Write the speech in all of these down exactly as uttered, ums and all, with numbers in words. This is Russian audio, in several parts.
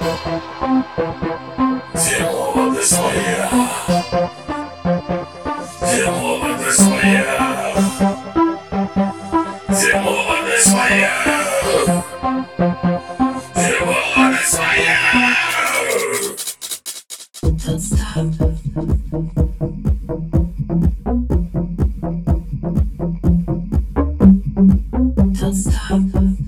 Где молодость моя? Где молодость моя? Где молодость моя? Где молодость моя? Don't stop. Don't stop.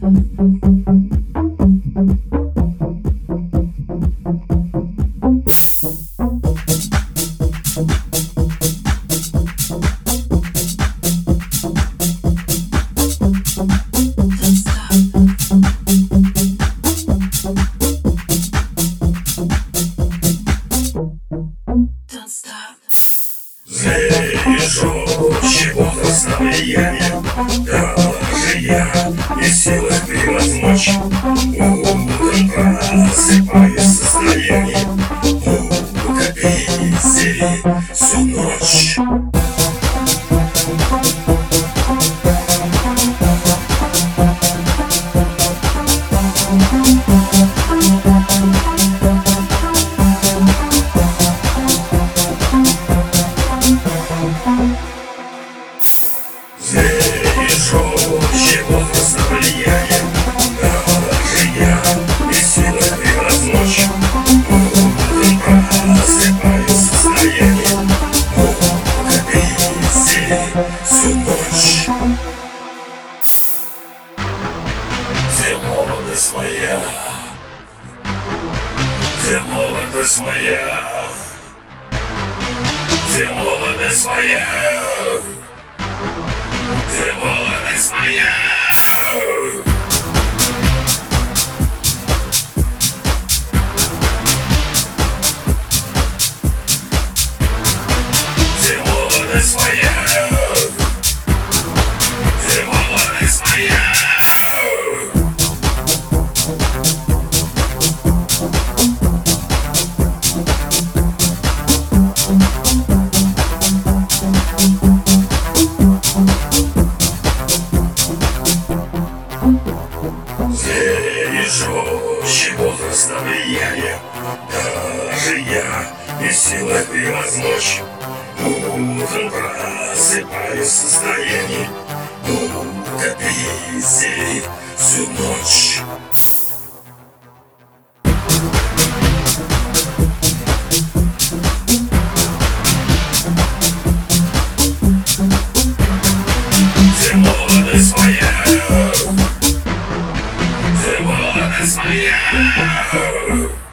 Don't stop. Звережущий возраст влияния, даже я не в силах превозмочь. Утром просыпаюсь в состоянии укопись всю ночь. Звережущий возраст влияния, даже я не в силах превозмочь. Утром просыпаюсь в состоянии укопись всю ночь. Где молодость моя? Где молодость моя? Где молодость моя? Где молодость моя? Где молодость моя? Где молодость моя? Звережущий возраст влияния, даже я не в силах превозмочь. Утром просыпаюсь в состоянии укопись всю ночь. Где молодость моя? Где молодость моя?